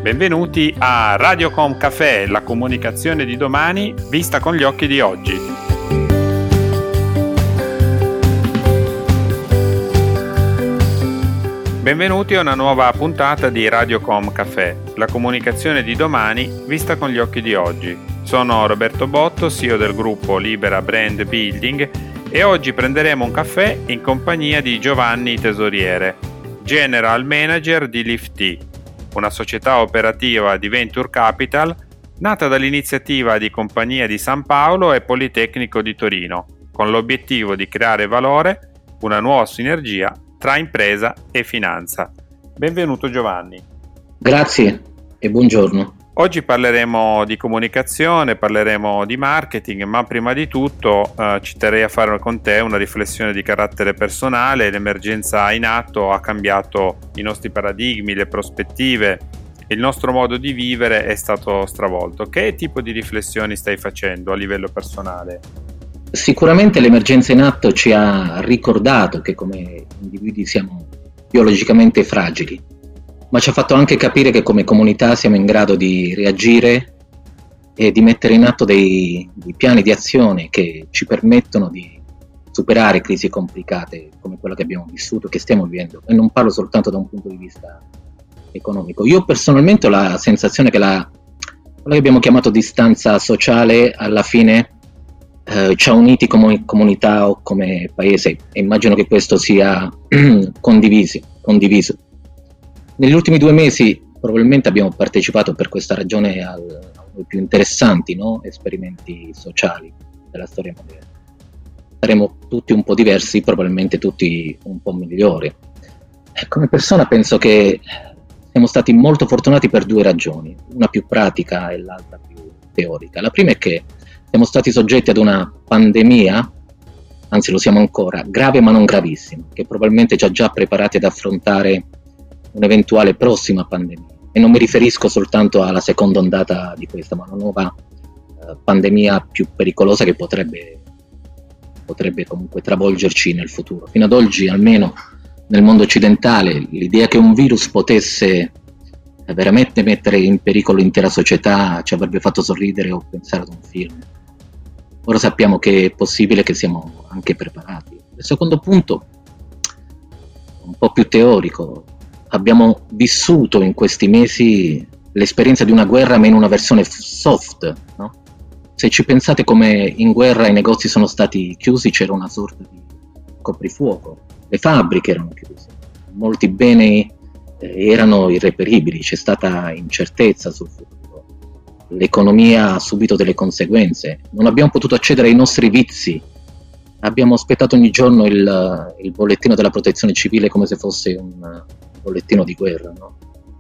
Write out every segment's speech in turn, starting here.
Benvenuti a Radiocom Café, la comunicazione di domani vista con gli occhi di oggi. Benvenuti a una nuova puntata di Radiocom Café, la comunicazione di domani vista con gli occhi di oggi. Sono Roberto Botto, CEO del gruppo Libera Brand Building, e oggi prenderemo un caffè in compagnia di Giovanni Tesoriere, General Manager di Lifty, una società operativa di Venture Capital nata dall'iniziativa di Compagnia di San Paolo e Politecnico di Torino, con l'obiettivo di creare valore, una nuova sinergia tra impresa e finanza. Benvenuto Giovanni. Grazie e buongiorno. Oggi parleremo di comunicazione, parleremo di marketing, ma prima di tutto ci terrei a fare con te una riflessione di carattere personale. L'emergenza in atto ha cambiato i nostri paradigmi, le prospettive, il nostro modo di vivere è stato stravolto. Che tipo di riflessioni stai facendo a livello personale? Sicuramente l'emergenza in atto ci ha ricordato che come individui siamo biologicamente fragili, ma ci ha fatto anche capire che come comunità siamo in grado di reagire e di mettere in atto dei piani di azione che ci permettono di superare crisi complicate come quella che abbiamo vissuto, che stiamo vivendo, e non parlo soltanto da un punto di vista economico. Io personalmente ho la sensazione che quella che abbiamo chiamato distanza sociale alla fine ci ha uniti come comunità o come paese, e immagino che questo sia condiviso. Negli ultimi 2 mesi probabilmente abbiamo partecipato per questa ragione a uno dei più interessanti esperimenti sociali della storia moderna. Saremo tutti un po' diversi, probabilmente tutti un po' migliori. Come persona penso che siamo stati molto fortunati per 2 ragioni, una più pratica e l'altra più teorica. La prima è che siamo stati soggetti ad una pandemia, anzi lo siamo ancora, grave ma non gravissima, che probabilmente ci ha già preparati ad affrontare un'eventuale prossima pandemia, e non mi riferisco soltanto alla seconda ondata di questa, ma una nuova pandemia più pericolosa che potrebbe comunque travolgerci nel futuro. Fino ad oggi, almeno nel mondo occidentale, l'idea che un virus potesse veramente mettere in pericolo l'intera società ci avrebbe fatto sorridere o pensare ad un film. Ora sappiamo che è possibile, che siamo anche preparati. Il secondo punto, un po' più teorico: abbiamo vissuto in questi mesi l'esperienza di una guerra, ma in una versione soft, no? Se ci pensate, come in guerra i negozi sono stati chiusi, c'era una sorta di coprifuoco, le fabbriche erano chiuse, molti beni erano irreperibili, c'è stata incertezza sul futuro, l'economia ha subito delle conseguenze, non abbiamo potuto accedere ai nostri vizi, abbiamo aspettato ogni giorno il bollettino della protezione civile come se fosse un bollettino di guerra, no?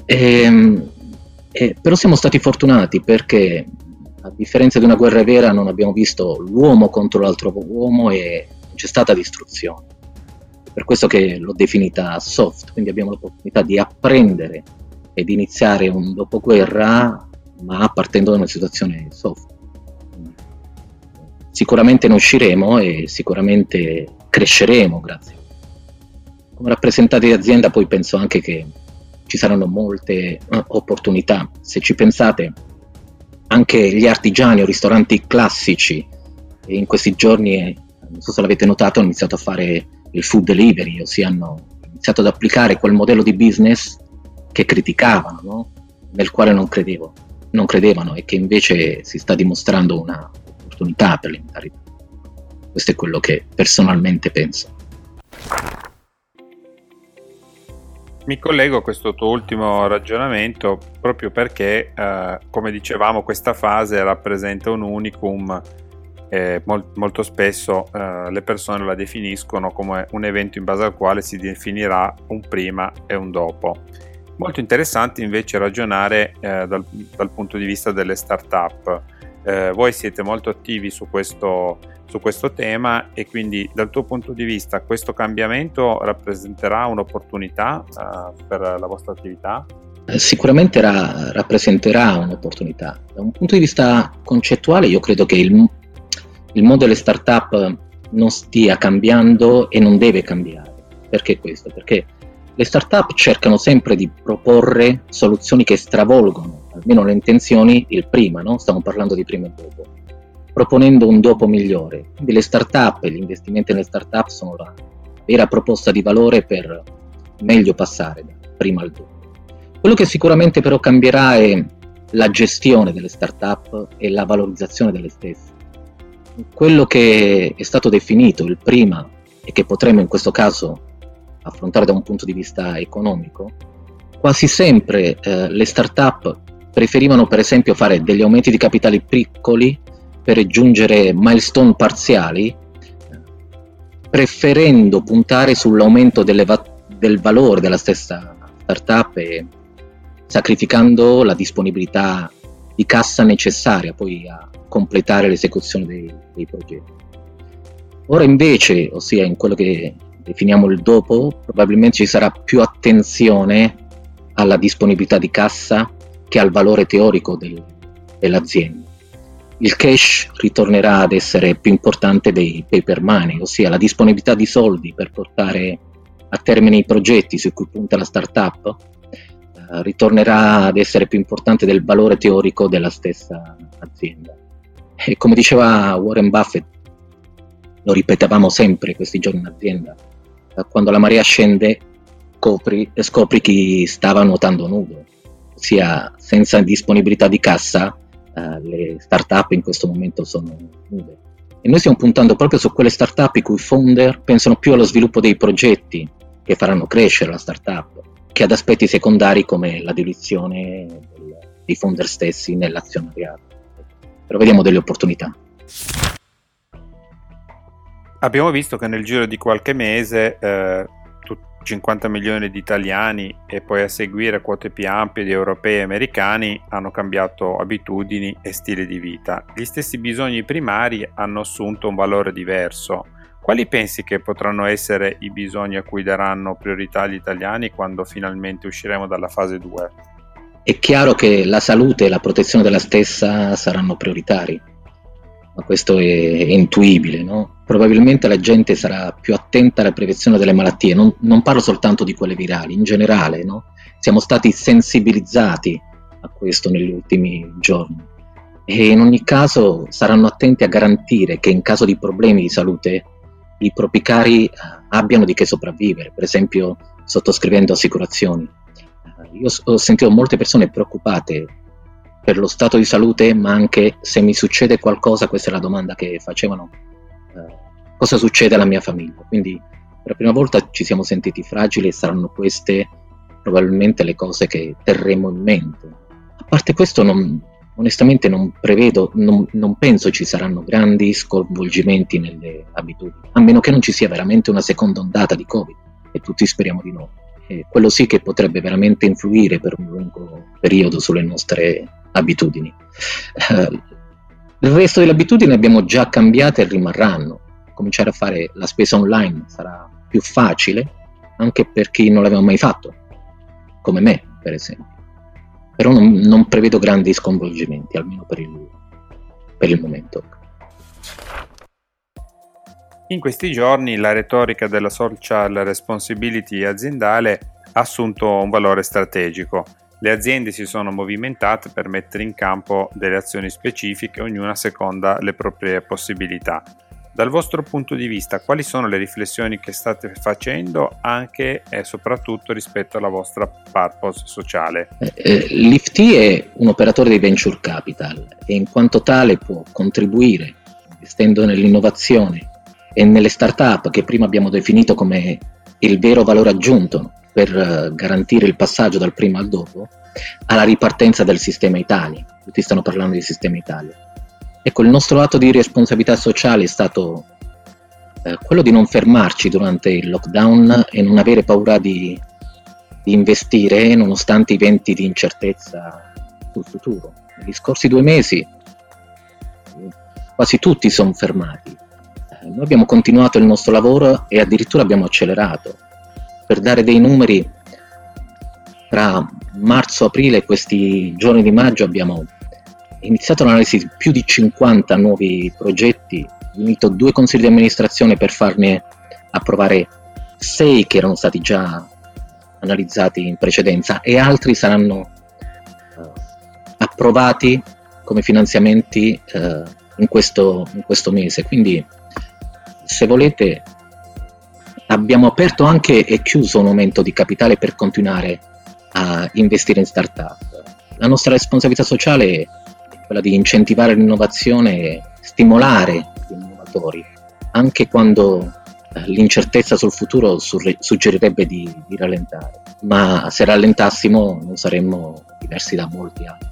Però siamo stati fortunati perché, a differenza di una guerra vera, non abbiamo visto l'uomo contro l'altro uomo e c'è stata distruzione. È per questo che l'ho definita soft, quindi abbiamo l'opportunità di apprendere e di iniziare un dopoguerra, ma partendo da una situazione soft. Sicuramente ne usciremo e sicuramente cresceremo, grazie. Come rappresentanti di azienda poi penso anche che ci saranno molte opportunità. Se ci pensate, anche gli artigiani o ristoranti classici in questi giorni, non so se l'avete notato, hanno iniziato a fare il food delivery, ossia hanno iniziato ad applicare quel modello di business che criticavano, no? Nel quale non credevano, e che invece si sta dimostrando una opportunità per l'immunità. Questo è quello che personalmente penso. Mi collego a questo tuo ultimo ragionamento proprio perché, come dicevamo, questa fase rappresenta un unicum. Molto spesso le persone la definiscono come un evento in base al quale si definirà un prima e un dopo. Molto interessante invece ragionare dal punto di vista delle start-up. Voi siete molto attivi su questo tema, e quindi dal tuo punto di vista questo cambiamento rappresenterà un'opportunità per la vostra attività? Sicuramente rappresenterà un'opportunità. Da un punto di vista concettuale, io credo che il mondo delle start-up non stia cambiando e non deve cambiare. Perché questo? Perché Le start-up cercano sempre di proporre soluzioni che stravolgono, almeno le intenzioni, il prima, no? Stiamo parlando di prima e dopo, proponendo un dopo migliore. Quindi le start-up e gli investimenti nelle start-up sono la vera proposta di valore per meglio passare da prima al dopo. Quello che sicuramente però cambierà è la gestione delle start-up e la valorizzazione delle stesse. Quello che è stato definito il prima e che potremmo in questo caso affrontare da un punto di vista economico, quasi sempre le start-up preferivano per esempio fare degli aumenti di capitali piccoli per raggiungere milestone parziali, preferendo puntare sull'aumento del valore della stessa startup e sacrificando la disponibilità di cassa necessaria poi a completare l'esecuzione dei progetti. Ora invece, ossia in quello che definiamo il dopo, probabilmente ci sarà più attenzione alla disponibilità di cassa che al valore teorico dell'azienda. Il cash ritornerà ad essere più importante dei paper money, ossia la disponibilità di soldi per portare a termine i progetti su cui punta la startup, ritornerà ad essere più importante del valore teorico della stessa azienda. E come diceva Warren Buffett, lo ripetevamo sempre questi giorni in azienda, quando la marea scende scopri chi stava nuotando nudo, ossia senza disponibilità di cassa le start-up in questo momento sono nude. E noi stiamo puntando proprio su quelle start-up i cui founder pensano più allo sviluppo dei progetti che faranno crescere la start-up che ad aspetti secondari come la diluizione dei founder stessi nell'azionariato. Però vediamo delle opportunità. Abbiamo visto che nel giro di qualche mese 50 milioni di italiani e poi a seguire quote più ampie di europei e americani hanno cambiato abitudini e stile di vita. Gli stessi bisogni primari hanno assunto un valore diverso. Quali pensi che potranno essere i bisogni a cui daranno priorità gli italiani quando finalmente usciremo dalla fase 2? È chiaro che la salute e la protezione della stessa saranno prioritari, ma questo è intuibile, no? Probabilmente la gente sarà più attenta alla prevenzione delle malattie, non parlo soltanto di quelle virali, in generale, no? Siamo stati sensibilizzati a questo negli ultimi giorni e in ogni caso saranno attenti a garantire che in caso di problemi di salute i propri cari abbiano di che sopravvivere, per esempio sottoscrivendo assicurazioni. Io ho sentito molte persone preoccupate per lo stato di salute, ma anche se mi succede qualcosa, questa è la domanda che facevano, cosa succede alla mia famiglia? Quindi per la prima volta ci siamo sentiti fragili e saranno queste probabilmente le cose che terremo in mente. A parte questo onestamente non penso ci saranno grandi sconvolgimenti nelle abitudini, a meno che non ci sia veramente una seconda ondata di Covid, e tutti speriamo di no. E quello sì che potrebbe veramente influire per un lungo periodo sulle nostre abitudini. Il resto delle abitudini abbiamo già cambiate e rimarranno. Cominciare a fare la spesa online sarà più facile anche per chi non l'aveva mai fatto, come me per esempio. Però non prevedo grandi sconvolgimenti, almeno per il momento. In questi giorni la retorica della social responsibility aziendale ha assunto un valore strategico. Le aziende si sono movimentate per mettere in campo delle azioni specifiche, ognuna seconda le proprie possibilità. Dal vostro punto di vista, quali sono le riflessioni che state facendo anche e soprattutto rispetto alla vostra purpose sociale? L'IFT è un operatore di venture capital e in quanto tale può contribuire, investendo nell'innovazione e nelle start-up che prima abbiamo definito come il vero valore aggiunto per garantire il passaggio dal prima al dopo, alla ripartenza del sistema Italia. Tutti stanno parlando di sistema Italia. Ecco, il nostro atto di responsabilità sociale è stato quello di non fermarci durante il lockdown e non avere paura di investire nonostante i venti di incertezza sul futuro. Negli scorsi 2 mesi quasi tutti sono fermati. Noi abbiamo continuato il nostro lavoro e addirittura abbiamo accelerato. Per dare dei numeri, tra marzo-aprile e questi giorni di maggio abbiamo iniziato l'analisi di più di 50 nuovi progetti, unito 2 consigli di amministrazione per farne approvare 6 che erano stati già analizzati in precedenza, e altri saranno approvati come finanziamenti in questo mese. Quindi, se volete, abbiamo aperto anche e chiuso un aumento di capitale per continuare a investire in startup. La nostra responsabilità sociale è quella di incentivare l'innovazione e stimolare gli innovatori, anche quando l'incertezza sul futuro suggerirebbe di rallentare. Ma se rallentassimo non saremmo diversi da molti altri.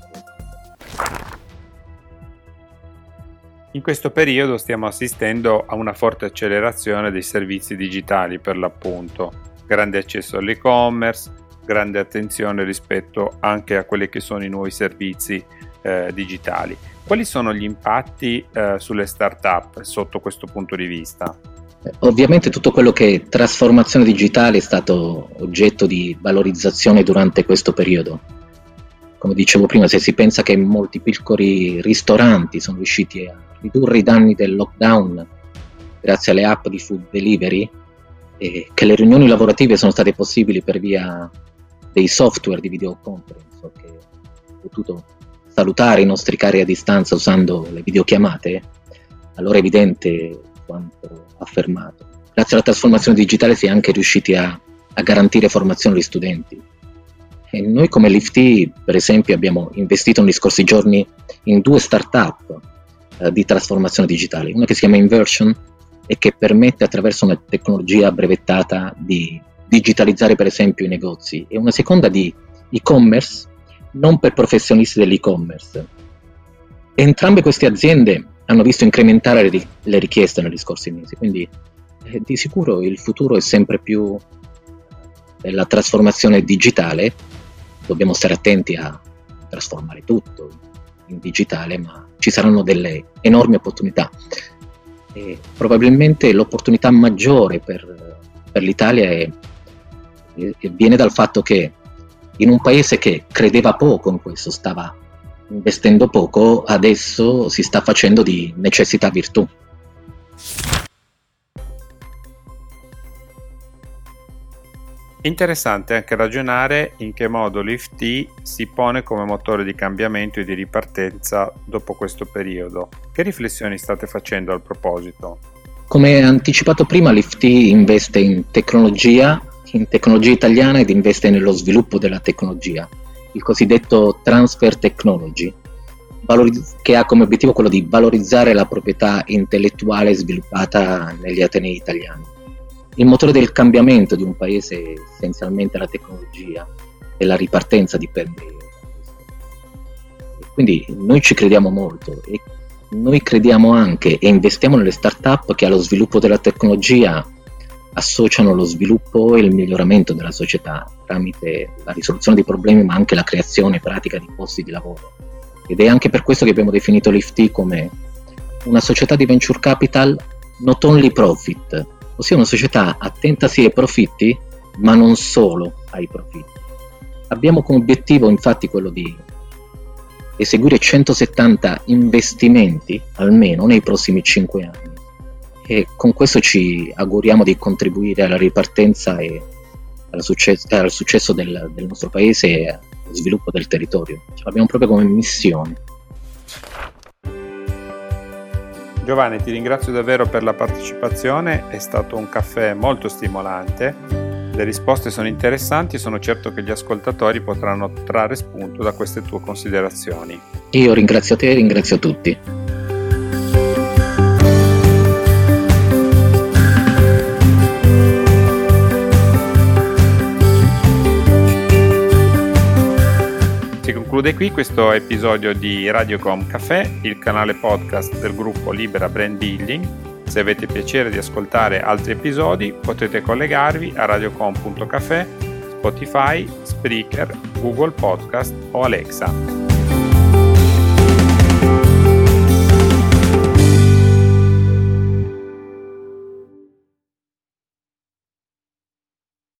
In questo periodo stiamo assistendo a una forte accelerazione dei servizi digitali, per l'appunto. Grande accesso all'e-commerce, grande attenzione rispetto anche a quelli che sono i nuovi servizi digitali. Quali sono gli impatti sulle start-up sotto questo punto di vista? Ovviamente tutto quello che è trasformazione digitale è stato oggetto di valorizzazione durante questo periodo. Come dicevo prima, se si pensa che molti piccoli ristoranti sono riusciti a ridurre i danni del lockdown grazie alle app di food delivery, e che le riunioni lavorative sono state possibili per via dei software di videoconference, che ho potuto salutare i nostri cari a distanza usando le videochiamate, allora è evidente quanto affermato. Grazie alla trasformazione digitale si è anche riusciti a garantire formazione agli studenti. E noi come LIFT, per esempio, abbiamo investito negli scorsi giorni in 2 start-up di trasformazione digitale, una che si chiama Inversion e che permette attraverso una tecnologia brevettata di digitalizzare per esempio i negozi, e una seconda di e-commerce non per professionisti dell'e-commerce. Entrambe queste aziende hanno visto incrementare le richieste negli scorsi mesi, quindi di sicuro il futuro è sempre più della trasformazione digitale. Dobbiamo stare attenti a trasformare tutto in digitale, ma ci saranno delle enormi opportunità. E probabilmente l'opportunità maggiore per l'Italia viene dal fatto che in un paese che credeva poco in questo, stava investendo poco, adesso si sta facendo di necessità virtù. Interessante anche ragionare in che modo l'IFT si pone come motore di cambiamento e di ripartenza dopo questo periodo. Che riflessioni state facendo al proposito? Come anticipato prima, l'IFT investe in tecnologia italiana ed investe nello sviluppo della tecnologia, il cosiddetto transfer technology, che ha come obiettivo quello di valorizzare la proprietà intellettuale sviluppata negli atenei italiani. Il motore del cambiamento di un paese è essenzialmente la tecnologia, e la ripartenza dipende da questo. Quindi noi ci crediamo molto, e noi crediamo anche e investiamo nelle start-up che allo sviluppo della tecnologia associano lo sviluppo e il miglioramento della società tramite la risoluzione di problemi, ma anche la creazione pratica di posti di lavoro. Ed è anche per questo che abbiamo definito l'IFT come una società di venture capital not only profit, ossia una società attenta sì ai profitti, ma non solo ai profitti. Abbiamo come obiettivo infatti quello di eseguire 170 investimenti almeno nei prossimi 5 anni, e con questo ci auguriamo di contribuire alla ripartenza e al successo del nostro paese e allo sviluppo del territorio. Ce l'abbiamo proprio come missione. Giovanni, ti ringrazio davvero per la partecipazione, è stato un caffè molto stimolante, le risposte sono interessanti e sono certo che gli ascoltatori potranno trarre spunto da queste tue considerazioni. Io ringrazio te e ringrazio tutti. Si conclude qui questo episodio di Radiocom Café, il canale podcast del gruppo Libera Brand Building. Se avete piacere di ascoltare altri episodi potete collegarvi a radiocom.café, Spotify, Spreaker, Google Podcast o Alexa.